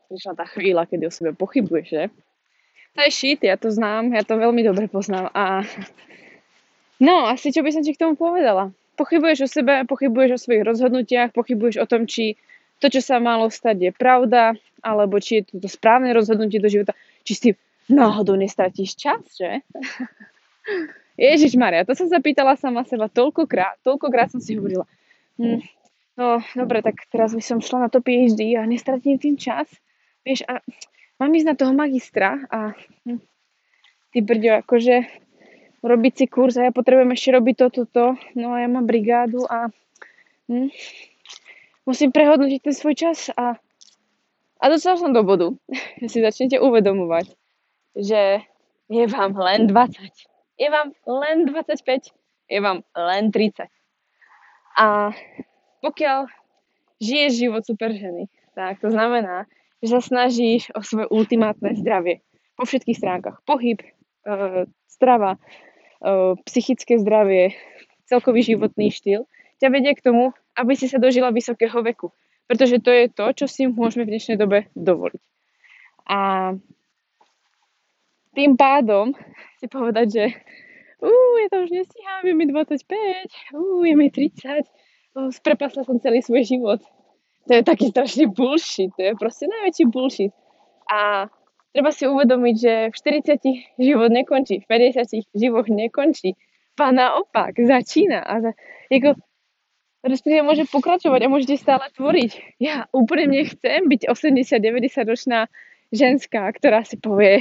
prišla tá chvíľa, kedy o sebe pochybuješ, že? To je shit, ja to znám, ja to veľmi dobre poznám. A no, asi čo by som ti k tomu povedala? Pochybuješ o sebe, pochybuješ o svojich rozhodnutiach, pochybuješ o tom, či to, čo sa malo stať, je pravda, alebo či je to správne rozhodnutie do života, či si náhodou nestratíš čas, že? Ježišmaria, to som sa pýtala sama seba toľkokrát som si hovorila, no dobre, tak teraz by som šla na to PhD a nestratím tým čas, vieš, a mám ísť na toho magistra a ty brďo, akože robiť si kurz a ja potrebujem ešte robiť toto, no a ja mám brigádu a musím prehodnotiť ten svoj čas a dostala som do bodu. Si začnete uvedomovať, že je vám len 20, je vám len 25, je vám len 30. A pokiaľ žiješ život super ženy, tak to znamená, že sa snažíš o svoje ultimátne zdravie po všetkých stránkach. Pohyb, strava, psychické zdravie, celkový životný štýl ťa vedie k tomu, aby si sa dožila vysokého veku. Pretože to je to, čo si môžeme v dnešnej dobe dovoliť. A tým pádom si povedať, že ja to už nestíham, je mi 25, je mi 30, prepasla som celý svoj život. To je taký strašný bullshit, to je proste najväčší bullshit. A treba si uvedomiť, že v 40 život nekončí, v 50 život nekončí. Ba naopak, začína. Respektíve môže pokračovať a môžete stále tvoriť. Ja úplne nechcem byť 80-90 ročná ženská, ktorá si povie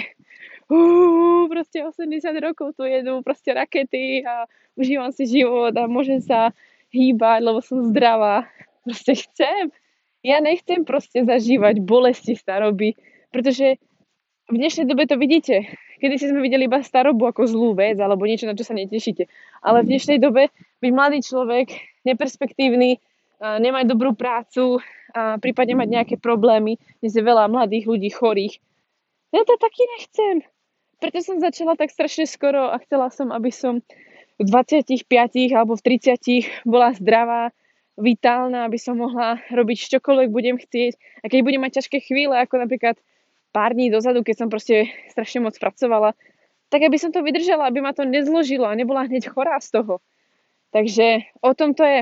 proste 80 rokov tu jedú proste rakety a užívam si život a môžem sa hýbať, lebo som zdravá. Proste chcem. Ja nechcem proste zažívať bolesti staroby, pretože v dnešnej dobe to vidíte. Kedy si sme videli iba starobu ako zlú vec alebo niečo, na čo sa netešíte. Ale v dnešnej dobe byť mladý človek, neperspektívny, nemať dobrú prácu, a prípadne mať nejaké problémy, dnes je veľa mladých ľudí chorých. Ja to taky nechcem. Preto som začala tak strašne skoro a chcela som, aby som v 25 alebo v 30 bola zdravá, vitálna, aby som mohla robiť čokoľvek budem chcieť. A keď budem mať ťažké chvíle, ako napríklad pár dní dozadu, keď som proste strašne moc pracovala, tak aby som to vydržala, aby ma to nezložilo a nebola hneď chorá z toho. Takže o tom to je.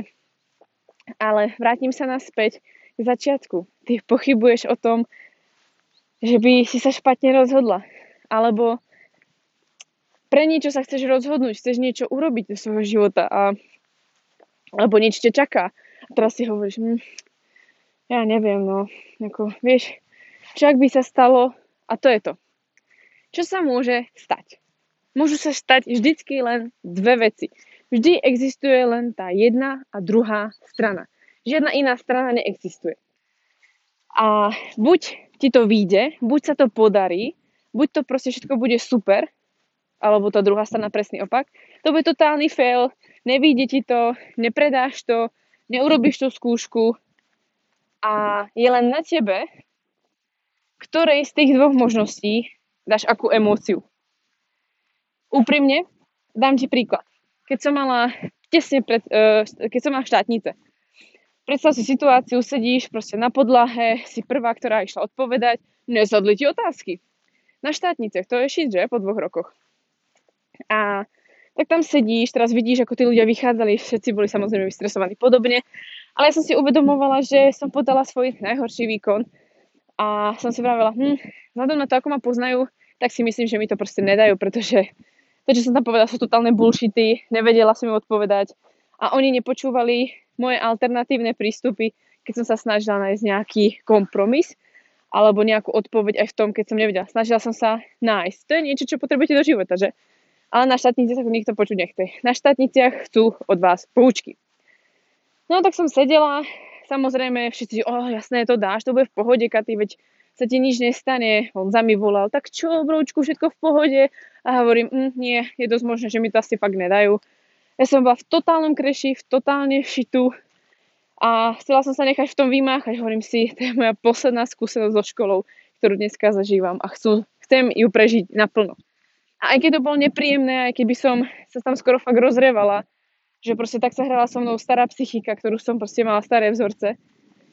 Ale vrátim sa naspäť k začiatku. Ty pochybuješ o tom, že by si sa špatne rozhodla. Alebo pre niečo sa chceš rozhodnúť, chceš niečo urobiť do svojho života alebo niečo ťa čaká. A teraz si hovoríš, ja neviem, vieš, čo ak by sa stalo, a to je to. Čo sa môže stať? Môžu sa stať vždycky len dve veci. Vždy existuje len tá jedna a druhá strana. Žiadna iná strana neexistuje. A buď ti to vyjde, buď sa to podarí, buď to proste všetko bude super, alebo tá druhá strana presný opak. To bude totálny fail, nevyjde ti to, nepredáš to, neurobíš tú skúšku a je len na tebe, ktorej z tých dvoch možností dáš akú emóciu. Úprimne, dám ti príklad. Keď som mala štátnice, predstav si situáciu, sedíš proste na podlahe, si prvá, ktorá išla odpovedať, nezadli ti otázky. Na štátnice, to je shit, že? Po 2 rokoch. A tak tam sedíš, teraz vidíš, ako tí ľudia vychádzali, všetci boli samozrejme vystresovaní podobne, ale ja som si uvedomovala, že som podala svoj najhorší výkon a som si vravela, vzhľadom na to, ako ma poznajú, tak si myslím, že mi to proste nedajú, pretože to, čo som tam povedala, sú totálne bullshity, nevedela som im odpovedať a oni nepočúvali moje alternatívne prístupy, keď som sa snažila nájsť nejaký kompromis alebo nejakú odpoveď aj v tom, keď som nevedela. Snažila som sa nájsť. To je niečo, čo potrebujete do života, že? Ale na štátniciach to nikto počuť nechce. Na štátniciach chcú od vás poučky. No tak som sedela, samozrejme všetci, jasné, to dáš, to bude v pohode, Katy, veď sa ti nič nestane. On za mi volal, tak čo, broučku, všetko v pohode? A hovorím, nie, je dosť možné, že mi to asi fakt nedajú. Ja som bola v totálnom kreši, v totálne šitu a chcela som sa nechať v tom vymáchať. Hovorím si, to je moja posledná skúsenosť so školou, ktorú dneska zažívam a chcem ju prežiť naplno. A aj keď to bolo nepríjemné, aj keby som sa tam skoro fakt rozrevala, že proste tak sa hrala so mnou stará psychika, ktorú som proste mala staré vzorce,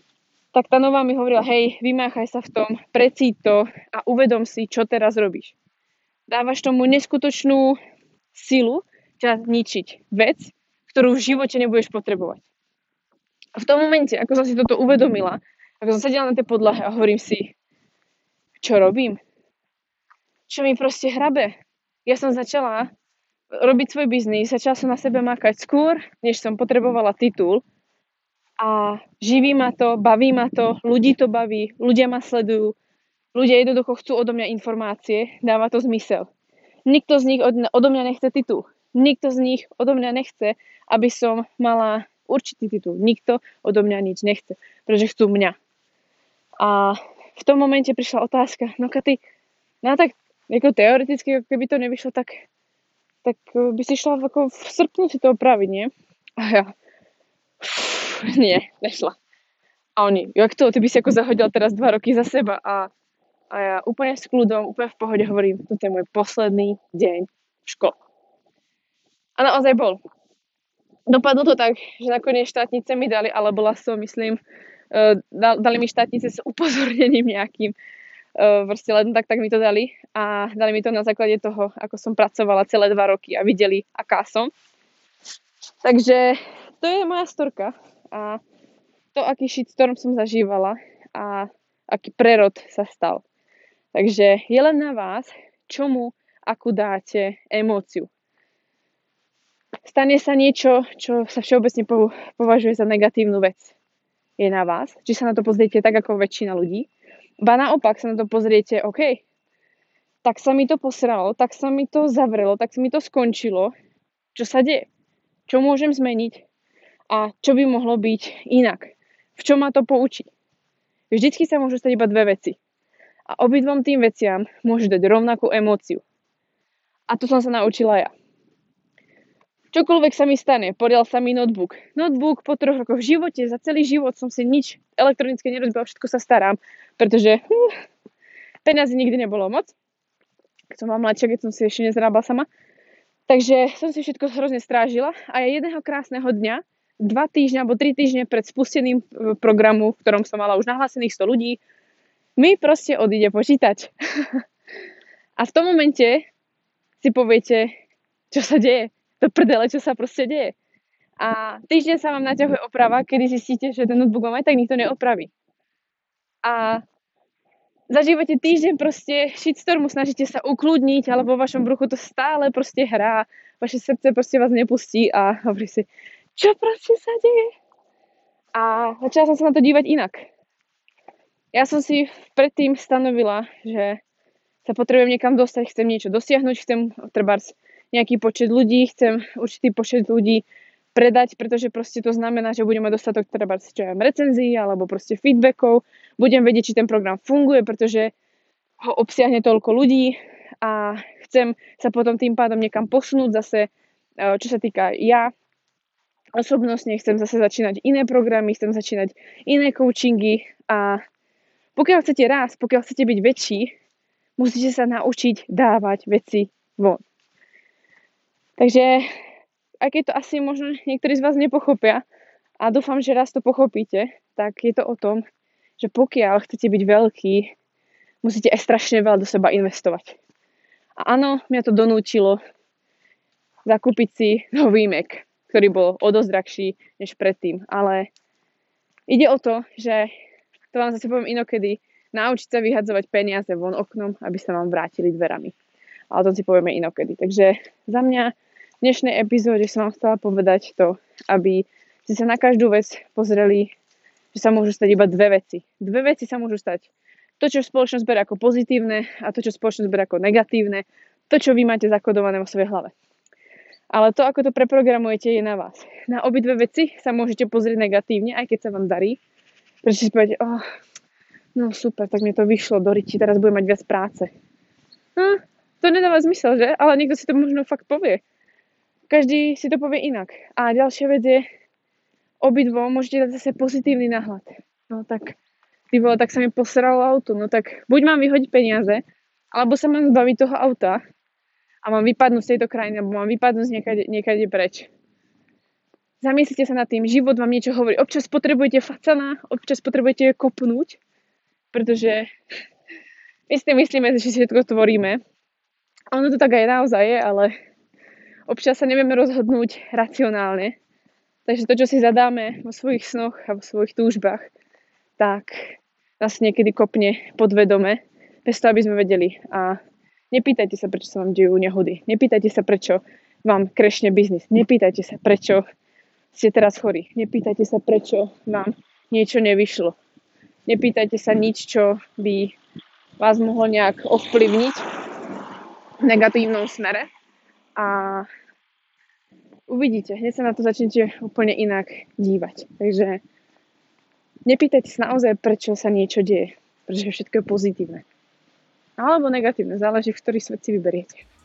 tak tá nová mi hovorila, hej, vymáchaj sa v tom, precíť to a uvedom si, čo teraz robíš. Dávaš tomu neskutočnú silu ťa ničiť. Vec, ktorú v živote nebudeš potrebovať. A v tom momente, ako som si toto uvedomila, ako som sedela na tej podlahe a hovorím si, čo robím? Čo mi proste hrabe? Ja som začala robiť svoj biznis, začala som na sebe makať skôr, než som potrebovala titul. A živí ma to, baví ma to, ľudí to baví, ľudia ma sledujú, ľudia jednoducho chcú odo mňa informácie, dáva to zmysel. Nikto z nich odo mňa nechce titul. Nikto z nich odo mňa nechce, aby som mala určitý titul. Nikto odo mňa nič nechce, pretože chcú mňa. A v tom momente prišla otázka, no Katy, no tak ako teoreticky, keby to nevyšlo, tak by si šla ako v srpnu si to opraviť, nie? A ja, nie, nešla. A oni, jak to, ty by si ako zahodila teraz 2 roky za seba a ja úplne s kľudom, úplne v pohode hovorím, toto je môj posledný deň v škole. A naozaj bol. Dopadlo to tak, že nakoniec štátnice mi dali, ale bola som, myslím, dali mi štátnice s upozornením nejakým. Proste len tak mi to dali a dali mi to na základe toho, ako som pracovala celé 2 roky a videli, aká som. Takže to je moja storka a to, aký shitstorm som zažívala a aký prerod sa stal. Takže je len na vás, čomu, akú dáte emóciu. Stane sa niečo, čo sa všeobecne považuje za negatívnu vec. Je na vás, či sa na to pozriete tak, ako väčšina ľudí. Ba naopak sa na to pozriete, OK, tak sa mi to posralo, tak sa mi to zavrelo, tak sa mi to skončilo. Čo sa deje? Čo môžem zmeniť? A čo by mohlo byť inak? V čom ma to poučí? Vždycky sa môžu stať iba 2 veci. A obidvom tým veciam môžu dať rovnakú emóciu. A to som sa naučila ja. Čokoľvek sa mi stane, porial sa mi notebook. Notebook po 3 rokoch v živote, za celý život som si nič elektronické nerozbila, všetko sa starám, pretože peniazy nikdy nebolo moc. Keď som bola mladšia, keď som si ešte nezrábala sama. Takže som si všetko hrozne strážila a jedného krásneho dňa, 2 týždne alebo 3 týždne pred spusteným programu, v ktorom som mala už nahlásených 100 ľudí, mi proste odíde počítač. A v tom momente si poviete, čo sa deje. To prdele, čo sa proste deje. A týždeň sa vám naťahuje oprava, kedy zistíte, že ten notebook vám aj tak nikto neopraví. A zažívate týždeň proste shitstormu, snažíte sa ukludniť, ale vo vašom bruchu to stále proste hrá, vaše srdce proste vás nepustí a hovorí si, čo proste sa deje? A začala som sa na to dívať inak. Ja som si predtým stanovila, že sa potrebujem niekam dostať, chcem niečo dosiahnuť, chcem trebárs nejaký počet ľudí, chcem určitý počet ľudí predať, pretože proste to znamená, že budem mať dostatok trebárs recenzií alebo proste feedbackov, budem vedieť, či ten program funguje, pretože ho obsiahne toľko ľudí a chcem sa potom tým pádom niekam posunúť zase, čo sa týka ja osobnostne, chcem zase začínať iné programy, chcem začínať iné coachingy a pokiaľ chcete rásť, pokiaľ chcete byť väčší, musíte sa naučiť dávať veci von. Takže, aj keď to asi možno niektorí z vás nepochopia a dúfam, že raz to pochopíte, tak je to o tom, že pokiaľ chcete byť veľký, musíte aj strašne veľa do seba investovať. A áno, mňa to donútilo zakúpiť si nový Mac, ktorý bol o dosť drahší než predtým. Ale ide o to, že to vám zase poviem inokedy, naučiť sa vyhadzovať peniaze von oknom, aby sa vám vrátili dverami. A o tom si povieme inokedy. Takže za mňa v dnešnej epizóde som vám chcela povedať to, aby ste sa na každú vec pozreli, že sa môžu stať iba 2 veci. 2 veci sa môžu stať. To, čo spoločnosť berie ako pozitívne a to, čo spoločnosť berie ako negatívne. To, čo vy máte zakodované vo svojej hlave. Ale to, ako to preprogramujete, je na vás. Na obidve veci sa môžete pozrieť negatívne, aj keď sa vám darí. Pretože si poviete, no super, tak mi to vyšlo do riti, teraz budem mať viac práce. No, to nedáva zmysel, že? Ale niekto si to možno fakt povie. Každý si to povie inak. A ďalšia vec je, obidvom môžete dať zase pozitívny náhľad. No tak, tak sa mi posralo auto. No tak, buď mám vyhodiť peniaze, alebo sa mám zbaviť toho auta a mám vypadnúť z tejto krajiny, alebo mám vypadnúť niekade preč. Zamyslite sa nad tým, život vám niečo hovorí. Občas potrebujete facana, občas potrebujete kopnúť, pretože my si myslíme, že si všetko tvoríme. A ono to tak aj naozaj je, ale občas sa nevieme rozhodnúť racionálne. Takže to, čo si zadáme vo svojich snoch a vo svojich túžbách, tak nás niekedy kopne podvedome, bez toho, aby sme vedeli. A nepýtajte sa, prečo sa vám dejú nehody. Nepýtajte sa, prečo vám krešne biznis. Nepýtajte sa, prečo ste teraz chorí. Nepýtajte sa, prečo vám niečo nevyšlo. Nepýtajte sa nič, čo by vás mohlo nejak ovplyvniť v negatívnom smere. A uvidíte, hneď sa na to začnete úplne inak dívať. Takže nepýtajte sa naozaj, prečo sa niečo deje. Pretože všetko je pozitívne. Alebo negatívne, záleží, v ktorý svet si vyberiete.